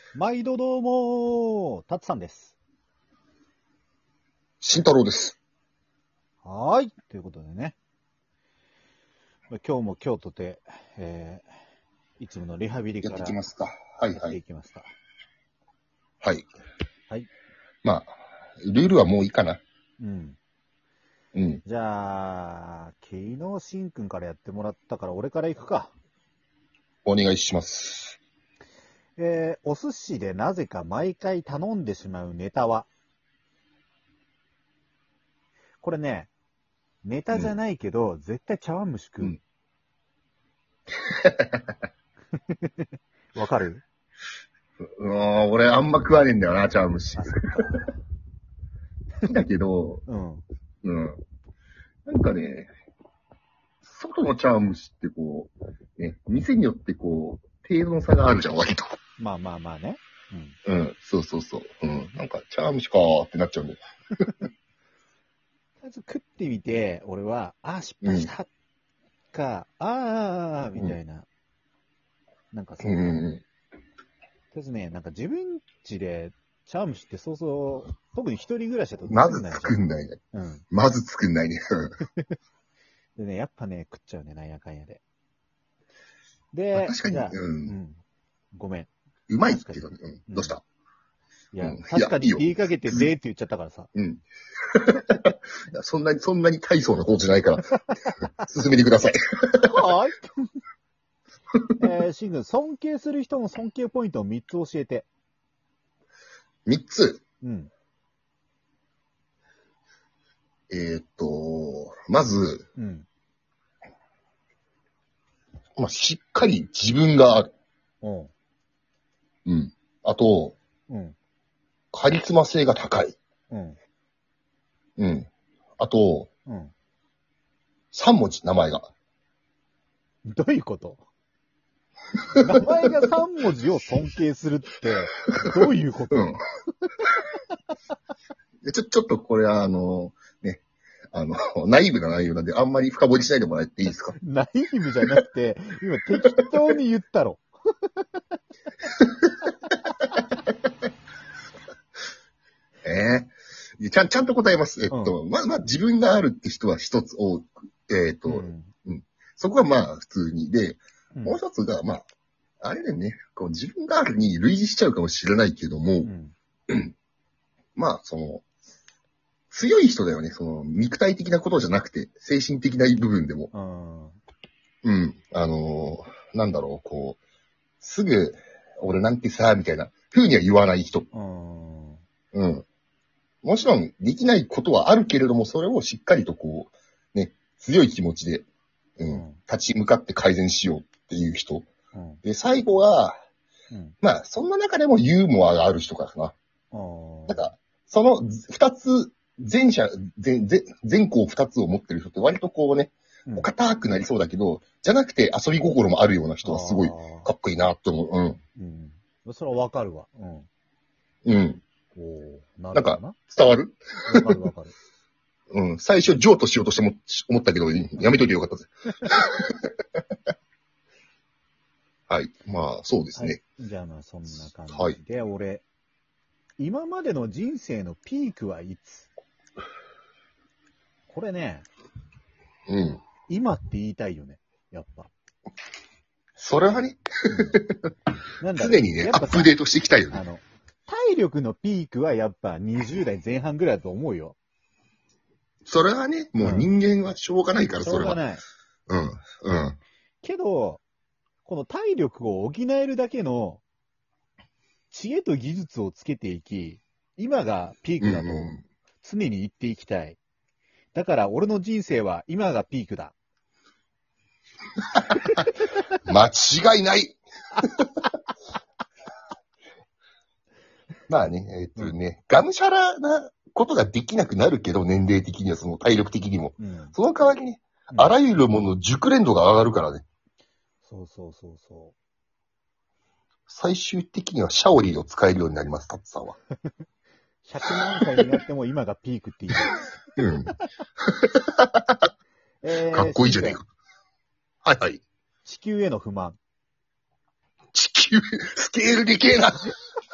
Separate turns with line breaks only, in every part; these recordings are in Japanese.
毎度どうもたつさんです。
慎太郎です。
はーい。ということでね、今日も今日とて、いつものリハビリ
やってい
から
きますか。はい
やっ
はい。
ていきました。
はい。
はい。
まあ、ルールはもういいかな。
うん。
うん。
じゃあ、昨日しんくんからやってもらったから俺から行くか。
お願いします。
お寿司でなぜか毎回頼んでしまうネタは、これね、ネタじゃ
うん。
ないけど、絶対茶碗蒸し食う。
うん。
わかる？
俺あんま食わねえんだよな、茶碗蒸し。
あ、
好
そっか。
きだけど、
うん。
うん。なんかね、外の茶碗蒸しってこう、ね、店によってこう、程度の差があるじゃん、割と。
まあまあまあね。うん。
うん。そうそうそう。うん。なんか、茶碗蒸しかーってなっちゃうんだよ。
とりあえず食ってみて、俺は、失
うん。
敗したか、み
うん。
たいな。なんか
うん。
そう。と
うん。
りあえずね、なんか自分家で茶碗蒸しってそうそう、特に一人暮らしだと
まず
作んないじゃん。
作んないね。
うん。
まず作んないね。
でね、やっぱね、食っちゃうね、なんやかんやで。
まあ、
で、
確かに、
じゃあ、
うん。
うん。ごめん。
うまい
確かに。
けどね。うん。
うん。
どうした？
いや、
うん。いや、
確かに
いいよ。
って言いかけて
続き、
でって言っちゃったからさ。
うん。いや、そんなに大層なことじゃないから、進めてください。
はーい。シング、尊敬する人の尊敬ポイントを3つ教えて。
3つ。
うん。
まず、
うん。
まあ、しっかり自分がある。
おう。
うん。あと、
うん。
カリスマ性が高い。
うん。
うん。あと、
うん。
3文字、名前が。
どういうこと？名前が3文字を尊敬するって、どういうこと？
うん。でちょっとこれは、ね、ナイーブな内容なんで、あんまり深掘りしないでもらっていいですか？
ナイーブじゃなくて、今適当に言ったろ。
ちゃんと答えます。
うん。
まあ、自分があるって人は一つ多く、
うん。
うん。そこはまあ、普通に。で、
うん。
もう一つが、まあ、あれだよね、こう自分があるに類似しちゃうかもしれないけども、
うん。
まあ、強い人だよね。肉体的なことじゃなくて、精神的な部分でも。
うん。
うん。なんだろう、すぐ、俺なんてさ、みたいな風には言わない人。
うん。
うん。もちろん、できないことはあるけれども、それをしっかりとね、強い気持ちで、うん、
うん。
立ち向かって改善しようっていう人。
うん。
で、最後は、
うん。
まあ、そんな中でもユーモアがある人かな。
うん。
なんか、その二つ、前後二つを持ってる人って割とね、
うん。
硬くなりそうだけど、じゃなくて遊び心もあるような人はすごい
ああ。
かっこいいなって思う。
うん。それはわかるわ。うん。
うん。うん。
おお、なる
なんか、
ほどな。
伝わる？
わかるわかる。
うん。最初、譲渡しようとして思ったけど、やめといてよかったぜ。はい。まあ、そうです
はい。
ね。
じゃあまあそんな感
はい。
じで、俺、今までの人生のピークはいつ？これね、
うん。
今って言いたいよね。やっぱ。
それはね、
うん。なんだろう。
常にね、
やっぱさ、
アップデートしていきたいよね。
体力のピークはやっぱ20代前半ぐらいだと思うよ。
それはね、もう
うん。
人間はしょうがないから、
しょ
それは。
うがない。
うん。うん。
けど、この体力を補えるだけの知恵と技術をつけていき、今がピー
うん
クだと
う
常に言っていきたい。だから俺の人生は今がピークだ。
ん。間違いない。まあね、
うん。
がむしゃらなことができなくなるけど、年齢的には、その体力的にも。
うん。
その代わりね、
うん。
あらゆるものの熟練度が上がるからね。
そうそうそうそ
最終的にはシャオリーを使えるようになります、タッツさんは。
う。100何歳になっても今がピークって言いたい。
うん。かっこいい
しんくん、
じゃねえか。はいはい。
地球への不満。
地球、スケールでけえな。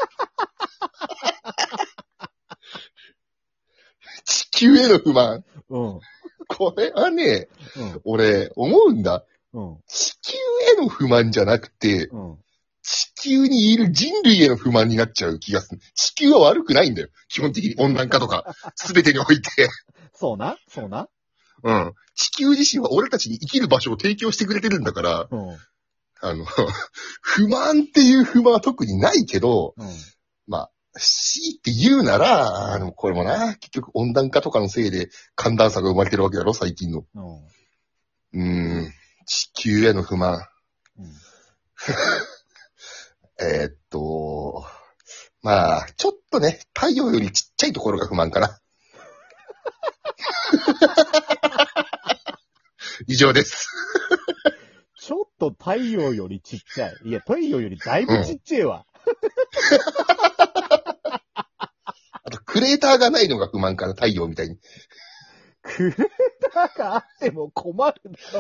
球への不満。
うん。
これはね、
うん。
俺、思うんだ。
うん。
地球への不満じゃなくて、
うん。
地球にいる人類への不満になっちゃう気がする。地球は悪くないんだよ。基本的に温暖化とか、すべてにおいて。
そうなそうな
うん。地球自身は俺たちに生きる場所を提供してくれてるんだから、
うん。
不満っていう不満は特にないけど、
うん。
まあ、強いて言うなら、これもな、結局温暖化とかのせいで寒暖差が生まれてるわけだろ、最近の。地球への不満。
うん。
まあ、ちょっとね、太陽よりちっちゃいところが不満かな。以上です。
ちょっと太陽よりちっちゃい。いや、太陽よりだいぶちっちゃいわ。
あと、クレーターがないのが不満かな、太陽みたいに。
クレーターがあっても困るだろ。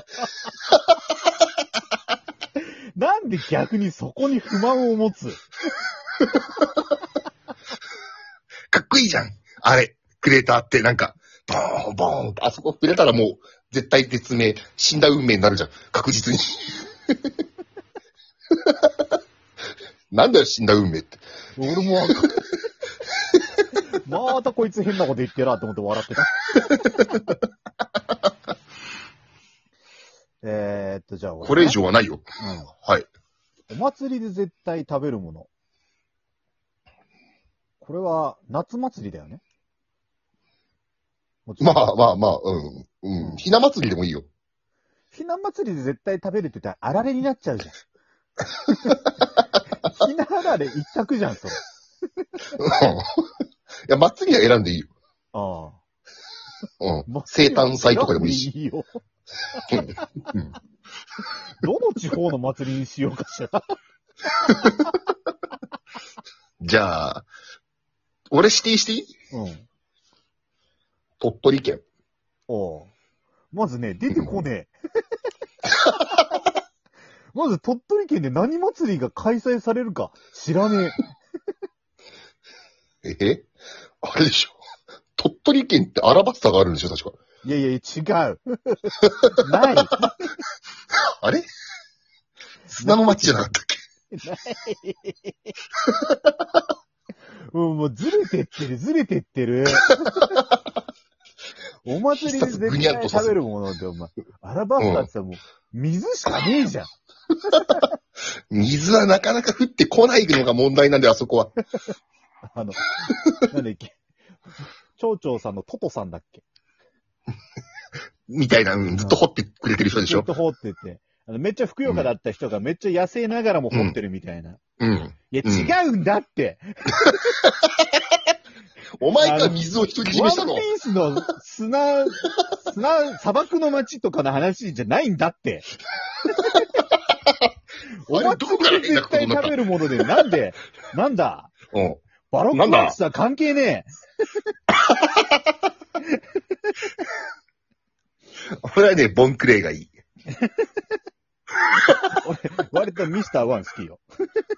なんで逆にそこに不満を持つ？
かっこいいじゃん。あれ、クレーターってなんか、ボーン、ボーンって、あそこ触れたらもう、絶対絶命、死んだ運命になるじゃん。確実に。なんだよ、死んだ運命って。
俺もわかる。またこいつ変なこと言ってるなと思って笑ってた。じゃあ
これ以上はないよ。はい。
お祭りで絶対食べるもの。これは夏祭りだよね。
まあまあまあ、ひな祭りでもいいよ。
ひな祭りで絶対食べるって言ったらあられになっちゃうじゃん。ひなあられ一択じゃん、それ。
いや、祭りは選んでいいよ。
あ
あ。生誕祭とかでもいいし。
いいよ。どの地方の祭りにしようかしら。
じゃあ、俺指定していい？鳥取県。
まずね、出てこねえ。まず鳥取県で何祭りが開催されるか知らね
え。あれでしょ。鳥取県ってアラバスタがあるんでしょ、確か。
いやいや、違う。ない。
あれ砂の町じゃなかったっけ？
ない。もうずれてってる。お祭りで絶対食べるものって、お前、アラバスタってさ、もう、水しかねえじゃん。
水はなかなか降ってこないのが問題なんだよ、あそこは。
なんだっけ。町長さんのトトさんだっけ
みたいな、ずっと掘ってくれてる人でしょ。
ずっと掘ってて。めっちゃふくよかだった人がめっちゃ野生ながらも掘ってるみたいな。いや、違うんだって。
お前が水を独り占めしたの。
ワンピースの砂漠の街とかの話じゃないんだって。お祭りで絶対食べるもので、なんだバロックワークスは関係ねえ。
俺はね、ボンクレイがいい。
俺、割とミスターワン好きよ。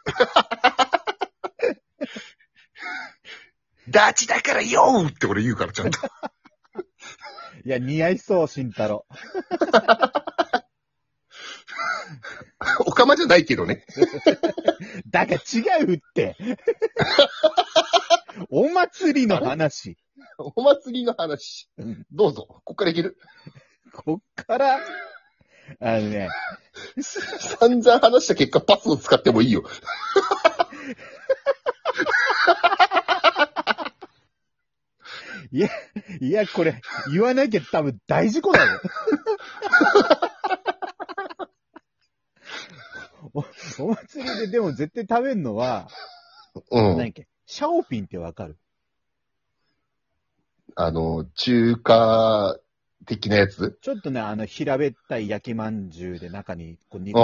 ダチだからよーって俺言うからちゃんと。
いや、似合いそう、慎太郎。
おかまじゃないけどね。
だから違うって。お祭りの話。
お祭りの話。どうぞ。こっからいける？
こっから、
散々話した結果パスを使ってもいいよ。
いや、これ、言わなきゃ多分大事故だよ。お祭りででも絶対食べるのは、何やっけ、シャオピンってわかる？
中華的なやつ？
ちょっとね、平べったい焼きまんじゅうで中にこう肉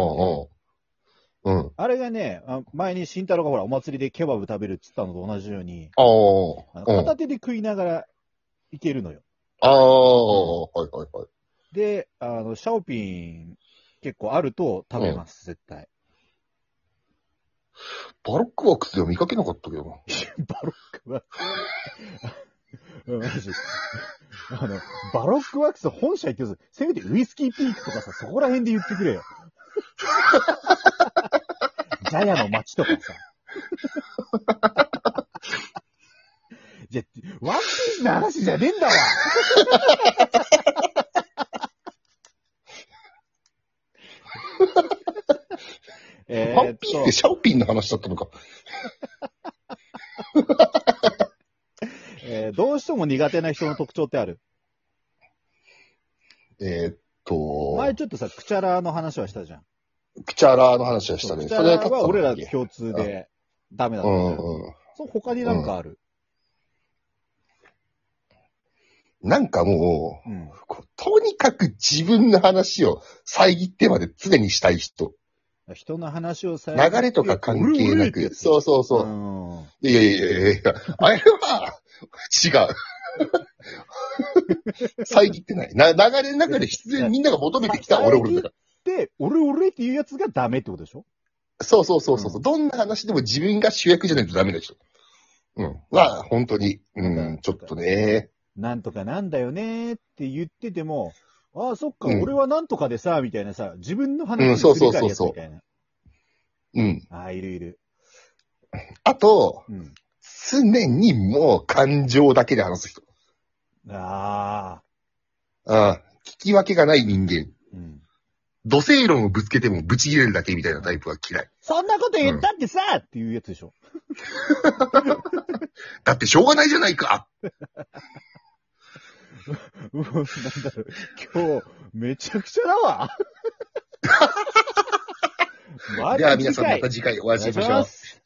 あれがね、前に慎太郎がほら、お祭りでケバブ食べるっつったのと同じように、片手で食いながらいけるのよ。
はいはいはい。
で、シャオピン結構あると食べます、絶対。
バロックワークスでは見かけなかったけどな。
バロックワークス。 うん、マジ。バロックワークス本社行ってさ、せめてウイスキーピークとかさ、そこら辺で言ってくれよ。ジャヤの街とかさ。じゃ、ワンピースの話じゃねえんだわ。
ワンピースってシャオピンの話だったのか。
どうしても苦手な人の特徴ってある？前ちょっとさ、クチャラの話はしたじゃん。
クチャラの話はしたね。
クチャラは俺ら共通でダメだったんだけど。
うんうん。
そう、他になんかある？
なんかもう、
うん。
とにかく自分の話を遮ってまで常にしたい人。
人の話をさ、
流れとか関係なく。そうそうそう。いやいやいやいや、あれは、違う。遮ってない。流れの中で必然みんなが求めてきた俺だから。
で、俺っていうやつがダメってことでしょ？
そうそうそうそう。どんな話でも自分が主役じゃないとダメな人。うん。は、本当に、ちょっとね。
なんとかなんだよねって言ってても、ああ、そっか、
うん
俺はなんとかでさ、みたいなさ、自分の話
うん
にすり替えるやつみたいな。
うん。
ああ、いるいる。
あと、
うん。
常にもう感情だけで話す人。
ああ。
ああ、聞き分けがない人間。
うん。
土星論をぶつけてもぶち切れるだけみたいなタイプは嫌い。
そんなこと言ったってさ、っていうやつでしょ。
だってしょうがないじゃないか。
なんだろう。今日、めちゃくちゃだわ。
では皆さんまた次回お会いしましょう。